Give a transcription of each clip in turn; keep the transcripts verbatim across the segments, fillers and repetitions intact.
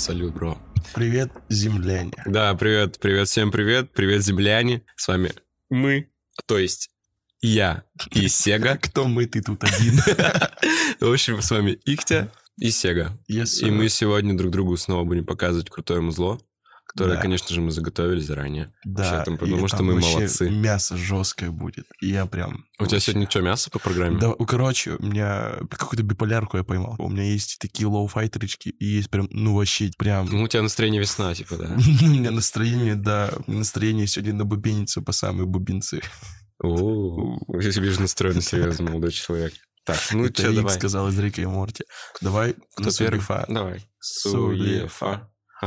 Салют, бро. Привет, земляне. Да, привет, привет, всем привет, привет, земляне. С вами мы, то есть я и Сега. Кто мы, ты тут один. В общем, с вами Ихтя и Сега. И мы сегодня друг другу снова будем показывать крутое музло, которое, конечно же, мы заготовили заранее. Да, потому что мы молодцы. Мясо жесткое будет. Я прям... У тебя сегодня что, мясо по программе? Да, короче, у меня какую-то биполярку я поймал. У меня есть такие лоу-файтерочки, и есть прям, ну, вообще, прям... Ну, у тебя настроение весна, типа, да? У меня настроение, да, настроение сегодня на бубениться по самые бубенцы. О, я себе же настроен серьезно, молодой человек. Так, ну что, давай. Сказал из Рика и Морти. Давай, кто первый? Давай. Суефа.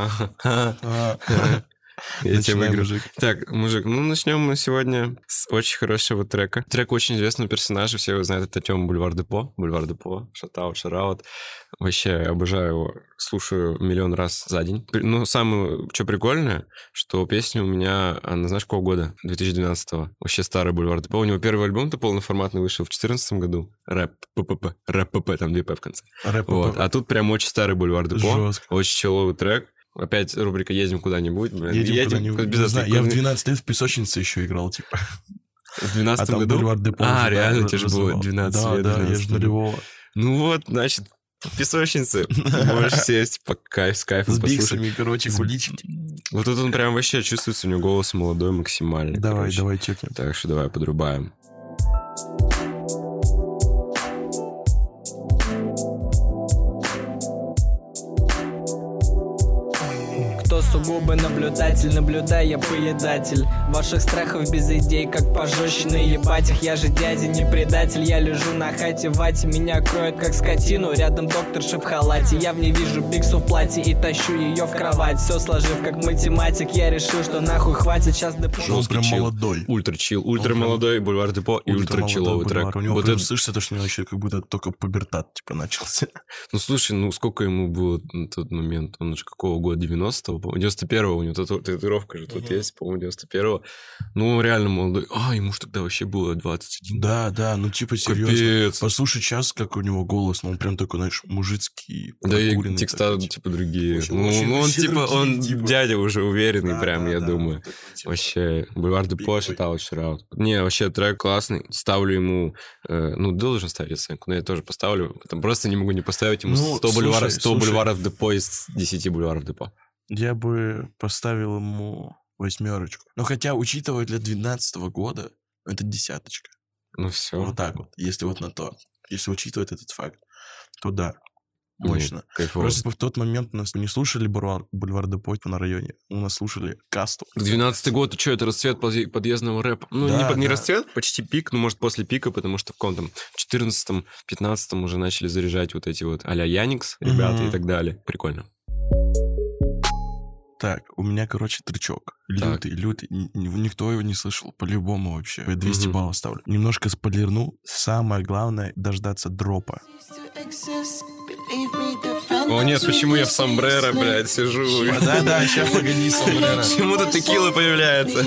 Я тебя выиграю. Мужик. Так, мужик, ну начнем мы сегодня с очень хорошего трека. Трек очень известного персонажа, все его знают, это Тёма Бульвар Депо. Бульвар Депо, шатаут, шараут. Вообще, обожаю его, слушаю миллион раз за день. Ну, самое, что прикольное, что песня у меня, она, знаешь, какого года? две тысячи двенадцатого. Вообще старый Бульвар Депо. У него первый альбом-то полноформатный вышел в четырнадцатом году. Рэп, ППП, рэп, ПП, там две П в конце. Рэп, вот. А тут прям очень старый Бульвар Депо. Жестко. Очень человый трек. Опять рубрика «Едем куда-нибудь». Блин. Едем, Едем куда-нибудь. без знаю, я в двенадцать лет в песочнице еще играл, типа. В двенадцатом а году? Бульвар Депо а, уже, реально, да, тебе же было двенадцать да, лет. Да, да, я же нулевого. Ну вот, значит, в песочнице можешь сесть, по кайф, с кайфом с послушать. С биксами, короче, куличики. Вот тут он прям вообще чувствуется, у него голос молодой максимально. Давай, короче. давай чекнем. Так что давай подрубаем. Сугубо наблюдатель, наблюдая я поедатель ваших страхов без идей, как пожестче наебать их. Я же дядя, не предатель, я лежу на хате в вате. Меня кроют как скотину, рядом докторша в халате. Я в ней вижу биксу в платье и тащу ее в кровать. Все сложив как математик, я решил, что нахуй хватит. Сейчас депо. Он прям молодой. Ультра чил, ультра молодой, Бульвар Депо и ультра чилловый трек. У него вот прям это... слышится, то, что у него еще как будто только пубертат типа начался. Ну слушай, ну сколько ему было на тот момент? Он же какого года? девяностого, по-моему? девяносто первого, у него татуировка же тут uh-huh. есть, по-моему, девяносто первого. Ну, реально молодой. А, ему же тогда вообще было двадцать один. Да, да, ну типа серьезно. Капец. Послушай сейчас, как у него голос, ну он прям такой, знаешь, мужицкий. Да и текста такой, типа другие. Очень, ну, очень, он очень типа, другие, он типа. Дядя уже уверенный да, прям, да, я да, думаю. Такой, типа, вообще, Бульвар Депо, шатаут, шараут. Не, вообще трек классный. Ставлю ему, э, ну, должен ставить оценку, но я тоже поставлю. Там просто не могу не поставить ему ну, сто, слушай, бульваров, сто бульваров Депо из десяти бульваров Депо. Я бы поставил ему восьмерочку. Но хотя, учитывая для двенадцатого года, это десяточка. Ну все. Вот так вот, если вот на то. Если учитывать этот факт, то да, мощно. Ну, просто в тот момент у нас не слушали Бульвар, Бульвар Депо на районе, у нас слушали Касту. двенадцатый год, что это расцвет подъездного рэпа? Ну, да, не, да. не расцвет, почти пик, ну, может, после пика, потому что в каком-то четырнадцатом-пятнадцатом уже начали заряжать вот эти вот а-ля Яникс, ребята угу. и так далее. Прикольно. Так, у меня, короче, трючок. Лютый, так. лютый. Никто его не слышал, по-любому вообще. Я двести угу. баллов ставлю. Немножко спойлерну. Самое главное — дождаться дропа. О нет, почему я в сомбреро, блядь, сижу? Да-да, сейчас погоди, сомбреро. Почему тут текила появляется?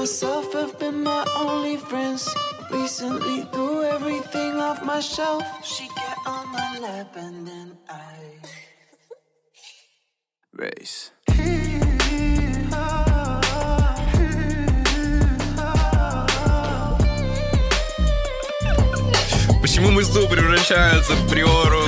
Race. Почему мы снова превращаются в приору?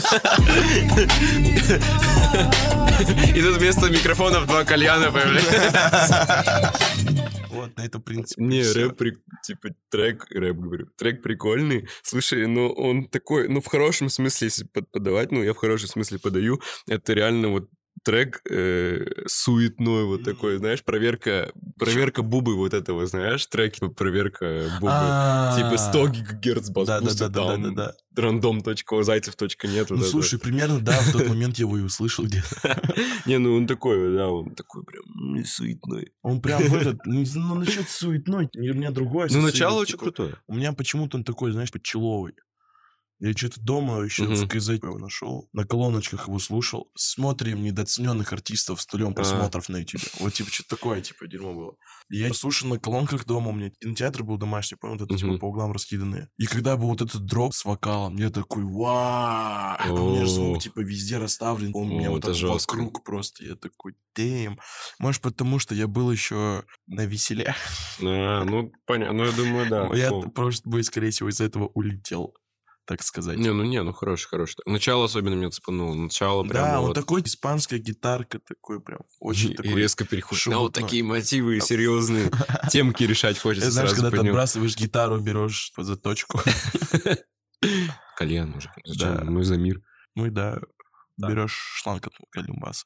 И тут вместо микрофонов два кальяна появляются. Вот, на это принципе. Не, рэп, типа, трек, рэп, говорю, трек прикольный. Слушай, ну, он такой, ну, в хорошем смысле, если подавать, ну, я в хорошем смысле подаю, это реально вот трек э, суетной вот такой, знаешь, проверка, проверка бубы вот этого, знаешь, треки, проверка бубы, типа сто гигагерц бас, бустер даун, рандом точка зайцев точка нет. Ну, слушай, примерно, да, в тот момент я его и услышал где-то. Не, ну он такой, да, он такой прям суетной. Он прям в этот, ну, насчет суетной, у меня другое. Ну, начало очень крутое. У меня почему-то он такой, знаешь, подчеловый. Я что-то дома еще Мгм. в КЗ его нашел, на колоночках его слушал. Смотрим недооцененных артистов с нулем просмотров на ютубе. Вот типа что-то такое, типа дерьмо было. И я слушал на колонках дома, у меня кинотеатр был домашний, понял, вот это типа Мгм. по углам раскиданные. И когда был вот этот дроп с вокалом, я такой, вау! У меня же звук О. типа везде расставлен, он у меня О, вот это так жестко. вокруг просто. Я такой, дэм. Может, потому что я был еще на веселе. А, ну, понятно. Ну, я думаю, да. Я О. просто бы, скорее всего, из-за этого улетел, так сказать. Не, ну не, ну хороший, хороший. Начало особенно меня цепануло. Начало прям Да, он вот... такой, испанская гитарка такой прям, очень и такой. резко переходит на вот шебутной. такие мотивы серьезные. Темки решать хочется Знаешь, сразу когда под ты него. отбрасываешь гитару, берешь по заточку. Кальян уже. Зачем? Да. Мы за мир. Ну и да, Да. берешь шланг от Колумбаса.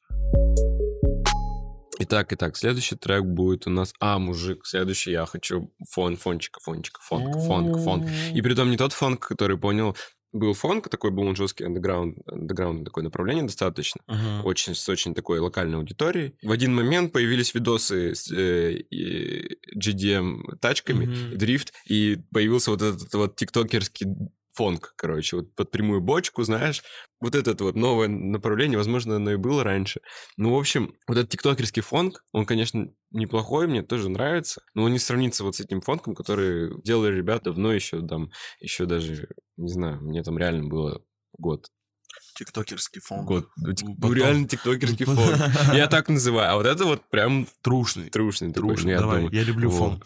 Итак, итак, следующий трек будет у нас... А, мужик, следующий я хочу фон, фончика, фончика, фонк, фонк, фонк. И при том не тот фонк, который понял... Был фонк, такой был он жесткий, андеграунд, андеграунд такое направление достаточно. Очень, с очень такой локальной аудиторией. В один момент появились видосы с э, и джи ди эм-тачками, Мгм. дрифт, и появился вот этот вот тиктокерский фонк, короче, вот под прямую бочку, знаешь. Вот это вот новое направление, возможно, оно и было раньше. Ну, в общем, вот этот тиктокерский фонк, он, конечно, неплохой, мне тоже нравится, но он не сравнится вот с этим фонком, который делали ребята давно еще, там, еще даже, не знаю, мне там реально было год. Тиктокерский фон. Год. Ну, тик- ну, Потом- реально тиктокерский фон. Я так называю. А вот это вот прям Трушный. трушный такой. Трушный, я давай, думаю. я люблю Вот. фонк.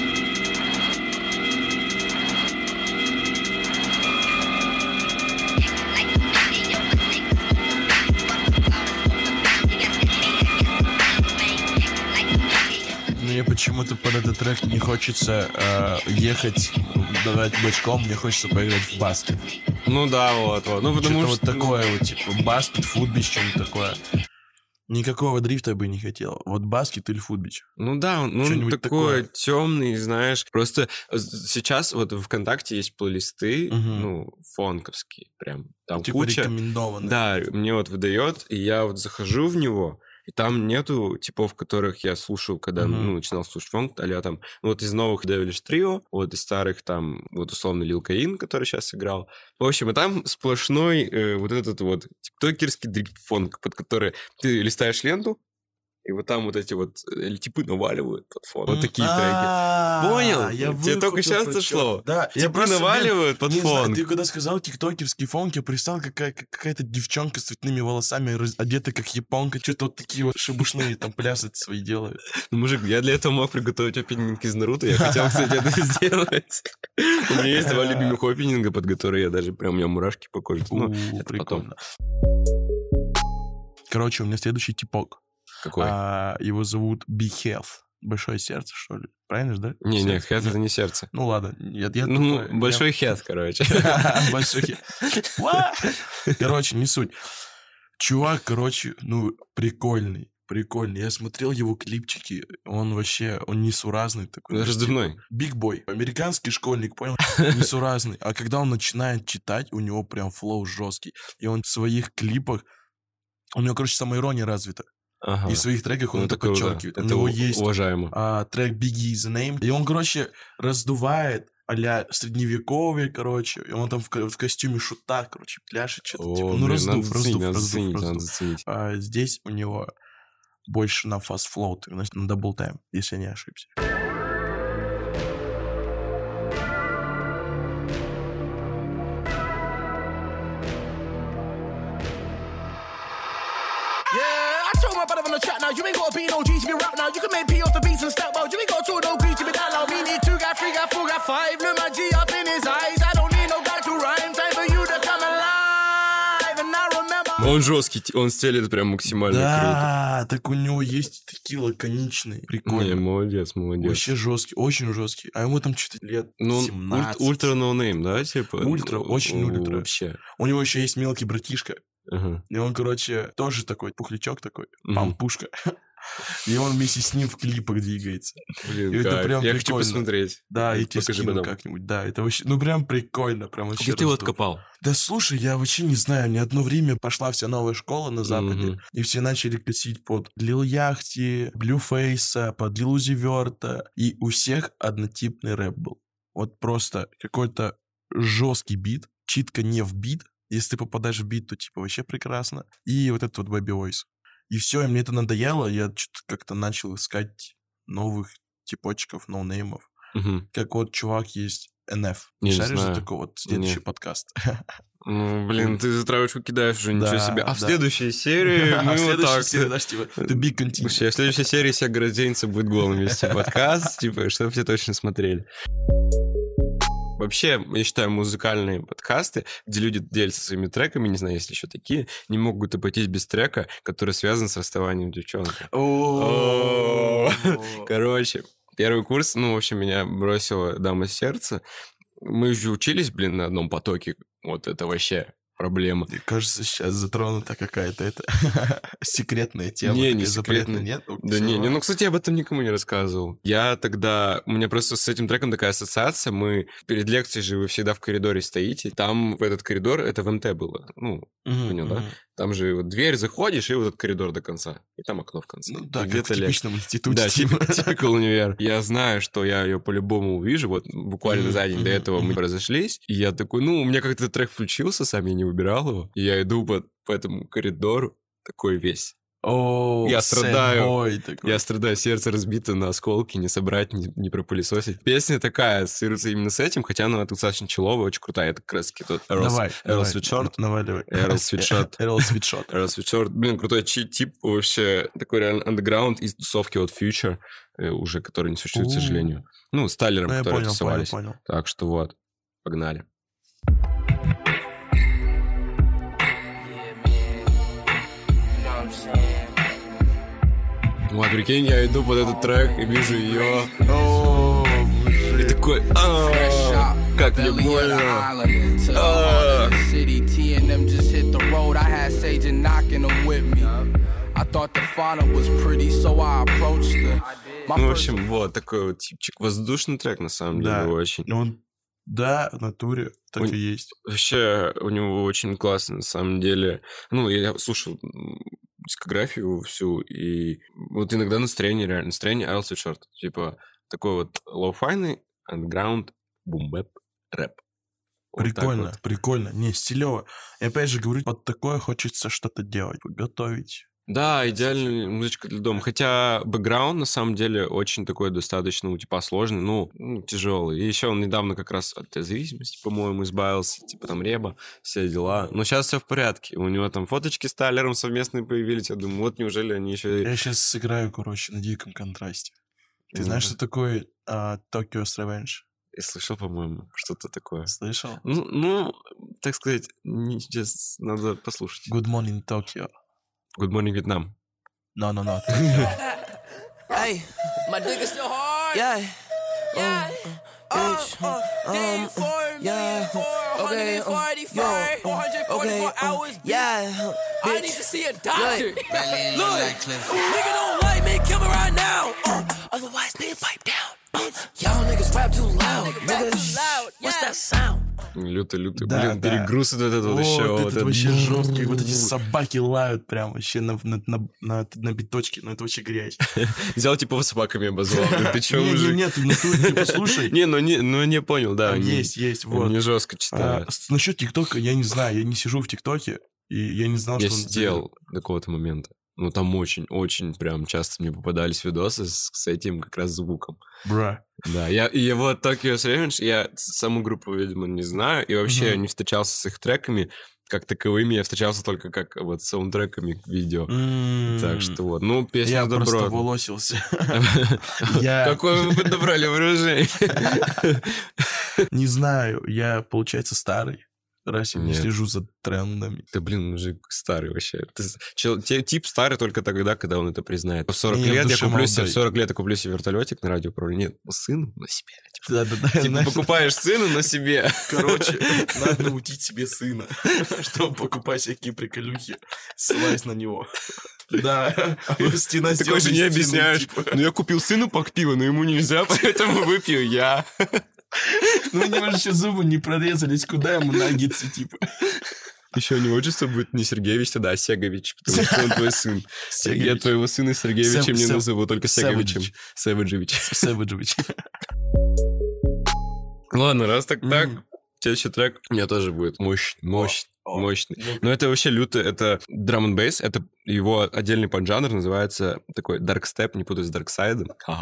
Но мне почему-то под этот трек не хочется э, ехать, давать бочком, мне хочется поиграть в баскет. Ну да, вот, вот. Ну, потому Что-то что... вот такое вот, типа, баскет, футбич, что-нибудь такое. Никакого дрифта я бы не хотел. Вот баскет или футбич. Ну да, он, он Что-нибудь такой такое. темный, знаешь. Просто с- сейчас вот в ВКонтакте есть плейлисты, Мгм. ну, фонковские прям. Там Типа куча... рекомендованно. Да, мне вот выдает, и я вот захожу в него, и там нету типов, которых я слушал, когда, Мгм. ну, начинал слушать фонк, а там, ну, вот из новых Devilish Trio, вот из старых там, вот условно Lil Kain, который сейчас играл. В общем, и там сплошной э, вот этот вот тиктокерский дрифт-фонк, под который ты листаешь ленту, и вот там вот эти вот э, типы наваливают под фон. Вот такие треки. А, Понял? я Тебе только выкупил, сейчас про дошло? чё. Да, я Типы просто, блин, наваливают под не знаю, фон. ты когда сказал тиктокерский фонк, я представил, какая- какая-то девчонка с цветными волосами, раз- одета как японка, что-то вот такие вот шебушные там плясы свои делают. Ну, мужик, я для этого мог приготовить опенинг из Наруто. Я хотел, кстати, это сделать. У меня есть два любимых опенинга, под которые я даже прям, у меня мурашки по коже. Ну, У, это потом. прикольно. Короче, у меня следующий типок. Какой? А, его зовут Big Health. Большое сердце, что ли? Правильно же, да? Не, не, Сердце? хед это не сердце. Ну ладно, я, я Ну, тупой, я- большой хед, короче. Большой хит. What? Короче, не суть. Чувак, короче, ну, прикольный. Прикольный. Я смотрел его клипчики. Он вообще, он несуразный такой. Раздувной. Биг-бой. Американский школьник, понял? Несуразный. А когда он начинает читать, у него прям флоу жесткий. И он в своих клипах... У него, короче, самоирония развита. Ага. И в своих треках он Ну, это такое, да. подчеркивает. У Это него у- есть уважаемо. а, трек Biggie is the Name. И он, короче, раздувает а-ля средневековье, короче. И он там в, ко- в костюме шута, короче, пляшет что-то. О, типа. Ну, блин, раздув, надо раздув, заценить, надо раздув, заценить, надо раздув. заценить. А здесь у него больше на fast flow, на, на double time, если я не ошибся. Yeah, I told my brother on the chat now. You ain't got to be no G to be rap now. You can make P off the beats and step well. You ain't got to no G to be that loud. Me need two, got three, got four, got five. Look my G up in his eyes. I don't need no guy to rhyme. Time for you to come alive. And I remember. Он жесткий, он стелит прям максимально Да, так у него есть такие лаконичные. круто. Прикольно. Не, молодец, молодец. Вообще жесткий, очень жесткий. А ему там что-то лет Ну, он семнадцать. ульт- ультра ноунейм, да, типа? Ультра, очень Ну, ультра. Вообще. У него еще есть мелкий братишка. Ага. И он, короче, тоже такой пухлячок такой, Мгм. пампушка. И он вместе с ним в клипах двигается. Блин, И это кайф. прям Я хочу прикольно. посмотреть. Да, я тебе Покажи скину потом. как-нибудь. Да, это вообще, ну прям прикольно, прям вообще. Где ты его раздув. откопал? Да слушай, я вообще не знаю, ни одно время пошла вся новая школа на Западе, Мгм. и все начали косить под Лил Яхти, Блюфейса, под Лил Узи Верта, и у всех однотипный рэп был. Вот просто какой-то жесткий бит, читка не в бит. Если ты попадаешь в бит, то типа вообще прекрасно. И вот этот вот Baby Voice. И все, и мне это надоело. Я что-то как-то начал искать новых типочков, ноунеймов. Угу. Как вот чувак есть эн эф. Не Шаришь знаю. за такой вот следующий Нет. подкаст? Ну, блин, ты за травочку кидаешь уже, ничего Да, себе. А в да. следующей серии А мы в вот следующей так... серии, знаешь, типа, to be continued. Слушай, а в следующей серии вся грозеница будет голым вести подкаст, типа, чтобы все точно смотрели. Вообще, я считаю, музыкальные подкасты, где люди делятся своими треками, не знаю, есть ли еще такие, не могут обойтись без трека, который связан с расставанием девчонки. О. Короче, первый курс, ну, в общем, меня бросила дама сердца. Мы же учились, блин, на одном потоке. Вот это вообще проблема. Мне кажется, сейчас затронута какая-то это секретная тема. Не, такая не запретная, секретная. нет? Ну, Да всё. не, не, ну, кстати, я об этом никому не рассказывал. Я тогда... У меня просто с этим треком такая ассоциация. Мы перед лекцией же вы всегда в коридоре стоите. Там в этот коридор, это в эм тэ было. Ну, Мгм, понял, да? мгм. Там же вот дверь заходишь, и вот этот коридор до конца. И там окно в конце. Ну И да, как в где-то лекция. типичном институте. Да, типа. типикал универ. Я знаю, что я ее по-любому увижу. Вот буквально Мгм, за день до мгм, этого мы мгм. разошлись. И я такой, ну, у меня как-то этот трек включился, сам я не выбирал его. И я иду по, по этому коридору, такой весь. О, Я sad страдаю. boy такой. Я страдаю, сердце разбито на осколки, не собрать, не, не пропылесосить. Песня такая, ассоциируется именно с этим, хотя она достаточно человая, очень крутая. Это как раз таки тот Эрл Давай, Эрл давай, Sweatshirt. н- наваливай. Эрл Sweatshirt. Эрл Sweatshirt. Эрл Sweatshirt. Блин, крутой чи- тип вообще, такой реально андеграунд из тусовки от Future, э, уже который не существует, к У. сожалению. Ну, с Тайлером, Ну, я которые понял, понял, тусовались. понял. Так что вот, погнали. Ну, а прикинь, я иду под этот трек и вижу ее. О, И такой, «А, как мне больно. А». Ну, в общем, вот такой вот типчик. Воздушный трек, на самом деле, Да. очень. Ну, он, да, в натуре так Он- и есть. Вообще, у него очень классно, на самом деле. Ну, я слушал м, дискографию всю, и вот иногда настроение, реально, настроение Эрл Sweatshirt. Типа, такой вот лоу-файный, андеграунд, бум-бэп, рэп. Вот так Прикольно, вот. прикольно. Не, стилево. И опять же говорю, под такое хочется что-то делать, готовить. Да, идеальная музычка для дома. Хотя бэкграунд, на самом деле, очень такой достаточно, ну, типа, сложный, ну, ну, тяжелый. И еще он недавно как раз от зависимости, по-моему, избавился, типа, там, Реба, все дела. Но сейчас все в порядке. У него там фоточки с Тайлером совместные появились. Я думаю, вот неужели они еще... Я сейчас сыграю, короче, на диком контрасте. Ты знаешь, что такое а, Tokyo's Revenge? Я слышал, по-моему, что-то такое. Слышал? Ну, ну, так сказать, не, сейчас надо послушать. Good Morning Tokyo. Good Morning, Vietnam. No, no, no. Hey, my dick is still hard. Yeah. Yeah. Bitch. Uh, uh, um, yeah. Okay. Um, yo. Okay. Um, yeah. I need to see a doctor. Look, nigga don't like me, kill me right now. Uh, otherwise, nigga pipe down. Uh, y'all niggas rap too loud. Niggas, what's that sound? Лютый-лютый. Да, Блин, да. перегруз вот этот вот Вот еще. этот вот этот. вообще жесткий. Вот эти собаки лают прям вообще на, на, на, на, на биточке. Ну, это вообще грязь. Взял, типа, собаками обозвал. Блин, ты че, Не, не, мужик? нет, в натуре, типа, слушай. Не, ну не, ну не понял, да. Там не- есть, есть, вот. Не жестко А, читаю. с- насчет ТикТока я не знаю, я не сижу в ТикТоке, и я не знал, Я что он... сидел до какого-то момента. Ну, там очень-очень прям часто мне попадались видосы с, с этим как раз звуком. Бра. Да, я, и его Tokyo's Revenge, я саму группу, видимо, не знаю, и вообще Мгм. я не встречался с их треками как таковыми, я встречался только как вот с саундтреками к видео. М, Так что вот, ну, песня Я просто добро. волосился. Я Какое вы подобрали вооружение? не знаю, я, получается, старый, раз я не Нет. слежу за трендами. Да, блин, мужик старый вообще. Ты с- чел- те- тип старый только тогда, когда он это признает. В сорок Не, в лет я душе куплю себе, в молодой. сорок лет я куплю себе вертолетик на радиоуправлении. Нет, ну, сыну на себе. Типа, Да-да-да. Типа, знаешь, покупаешь сыну на себе. Короче, надо научить себе сына, чтобы покупать всякие приколюхи, ссылаясь на него. Да, стена Такой же не стены, объясняешь. типа. Ну, я купил сыну пак пива, но ему нельзя, поэтому выпью я. Ну, у него же еще зубы не прорезались, куда ему наггетсы, типа. Еще у него отчество будет не Сергеевич, тогда, а Сегович, потому что он твой сын. Я Сегович. твоего сына Сергеевичем Сэв- не Сэв- назову, только Сеговичем. Сэвэджевич. Сэвэджевич. Ладно, раз так так, М. следующий трек у меня тоже будет мощный, мощный, мощный. Но это вообще люто, это драм н бейс, это его отдельный поджанр, называется такой dark step, не путать с dark side.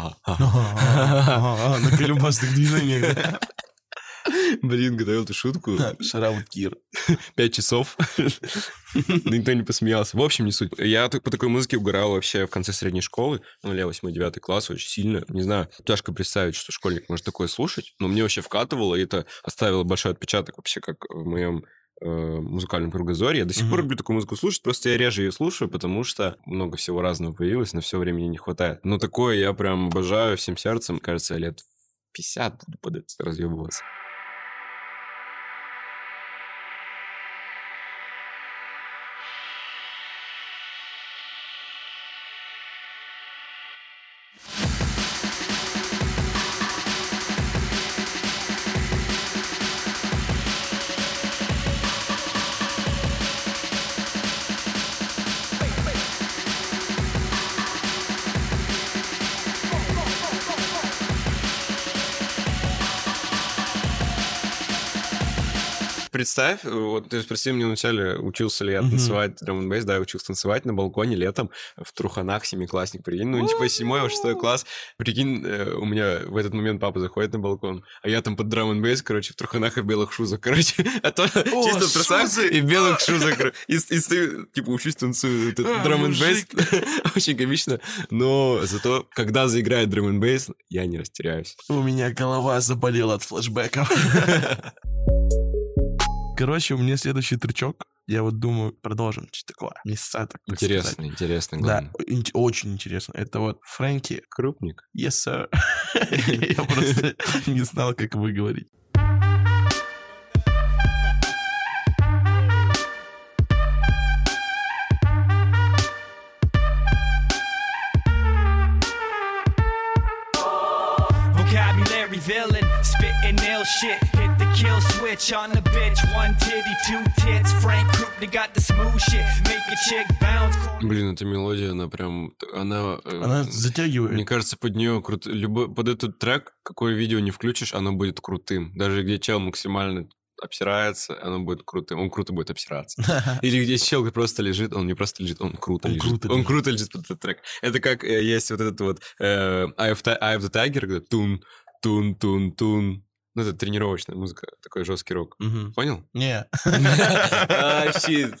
На колебасных движениях. Блин, готовил эту шутку. Шараут Кир. Пять часов. Никто не посмеялся. В общем, не суть. Я по такой музыке угорал вообще в конце средней школы. Ну, я восьмой-девятый класс очень сильно. Не знаю, тяжко представить, что школьник может такое слушать. Но мне вообще вкатывало, и это оставило большой отпечаток вообще, как в моем э, музыкальном кругозоре. Я до сих mm-hmm. пор люблю такую музыку слушать, просто я реже ее слушаю, потому что много всего разного появилось, на все времени не хватает. Но такое я прям обожаю всем сердцем. Кажется, лет пятьдесят буду под это разъебываться. Представь, вот ты спросил меня вначале, учился ли я mm-hmm. танцевать драм н бейс, да, я учился танцевать на балконе летом в Труханах, семиклассник, прикинь, ну, типа, седьмой, шестой класс, прикинь, у меня в этот момент папа заходит на балкон, а я там под драм н бейс, короче, в Труханах и в белых шузах, короче, а то чисто в трусах и в белых шузах, и стою, типа, учусь, танцую драм н бейс, очень комично, но зато, когда заиграет драм н бейс, я не растеряюсь. У меня голова заболела от флешбеков. Короче, у меня следующий трючок. Я вот думаю, продолжим. Что такое? Места, так интересно, сказать. интересно, главное. Да, ин- очень интересно. Это вот Фрэнки. Крупник? Yes, sir. Я просто не знал, как выговорить. Vocabulary villain, spit and nail shit. Hit the kill switch on the bitch. One titty, two tits. Frank Krupnik got the smooth shit. Make a chick bounce. Блин, эта мелодия, она прям... Она, она затягивает. Мне кажется, под нее крут... Любой... Под этот трек, какое видео не включишь, оно будет крутым. Даже где чел максимально обсирается, оно будет крутым. Он круто будет обсираться. Или где чел просто лежит, он не просто лежит, он круто он лежит. Круто он лежит. круто лежит под этот трек. Это как э, есть вот этот вот э, Eye of the Tiger, где тун, тун, тун, тун. Ну, это тренировочная музыка, такой жесткий рок. Угу. Понял? Не. А, щит.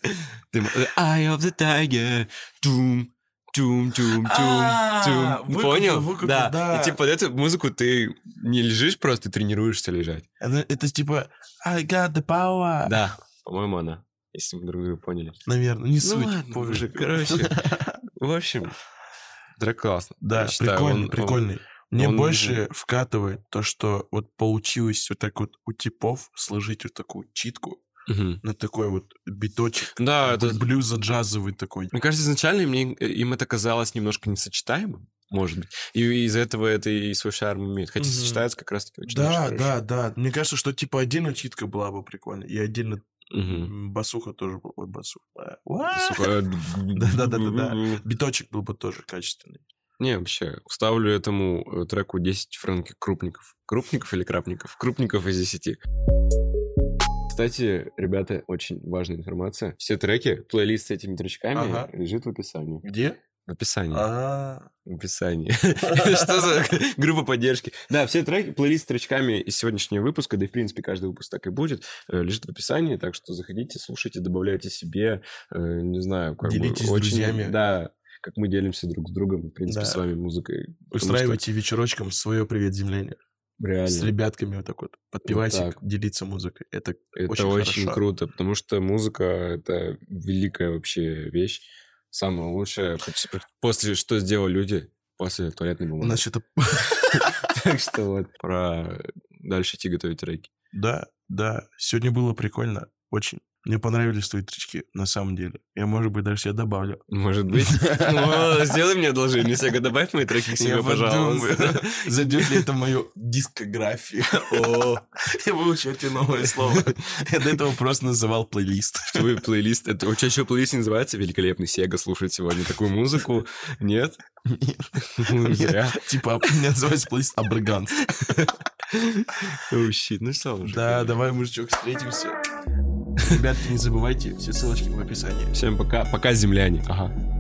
Eye of the Tiger, тум. Тум-тум-тум-тум. Понял? Выкупил, да. да. И типа под эту музыку ты не лежишь просто, ты тренируешься лежать. Это, это типа I got the power. Да, по-моему, она. Если мы друг друга поняли. Наверное, не ну суть. Ладно, уже, короче. В общем, трек классно. Да, считаю, прикольный, он, прикольный. Мне он... больше вкатывает то, что вот получилось вот так вот у типов сложить вот такую читку. Угу. На такой вот биточек. Да, это... блюза джазовый такой. Мне кажется, изначально мне, им это казалось немножко несочетаемым, может быть. И из-за этого это и свой шарм имеет. Хотя mm-hmm. сочетается как раз-таки очень Да, очень да, да. Мне кажется, что типа отдельно читка была бы прикольная. И отдельно mm-hmm. басуха тоже был. Ой, басуха. Да-да-да. Биточек был бы тоже качественный. Не, вообще, ставлю этому треку десять фрэнки крупников. Крупников или крапников? Крупников из десяти. Кстати, ребята, очень важная информация. Все треки, плейлист с этими тречками ага. лежит в описании. Где? В описании. А-а-а. В описании. Что за группа поддержки? Да, все треки, плейлист с тречками из сегодняшнего выпуска, да и, в принципе, каждый выпуск так и будет, лежит в описании, так что заходите, слушайте, добавляйте себе, не знаю, как бы... Делитесь с друзьями. Да, как мы делимся друг с другом, в принципе, да. с вами музыкой. Устраивайте что... вечерочком свое «Привет, земляне». Реально. С ребятками вот так вот. Подпевайте, вот делиться музыкой. Это, это очень, очень хорошо. круто, потому что музыка — это великая вообще вещь. Самое лучшее. После что сделали люди? После туалетной бумаги. У нас что-то... Так что вот, пора дальше идти готовить треки. Да, да. Сегодня было прикольно. Очень. Мне понравились твои тречки, на самом деле. Я, может быть, даже себе добавлю. Может быть. Ну, сделай мне одолжение, Сега, добавь мои треки к себе, пожалуйста. Зайдет ли это в мою дискографию? О, я выучил тебе новое слово. Я до этого просто называл плейлист. Твой плейлист, это у тебя еще плейлист не называется «Великолепный Сега» слушает сегодня такую музыку? Нет? Нет. Типа, у меня называется плейлист «Абраганс». Oh, shit. Ну что уже? Да, давай, мужичок, встретимся. Ребятки, не забывайте, все ссылочки в описании. Всем пока. Пока, земляне. Ага.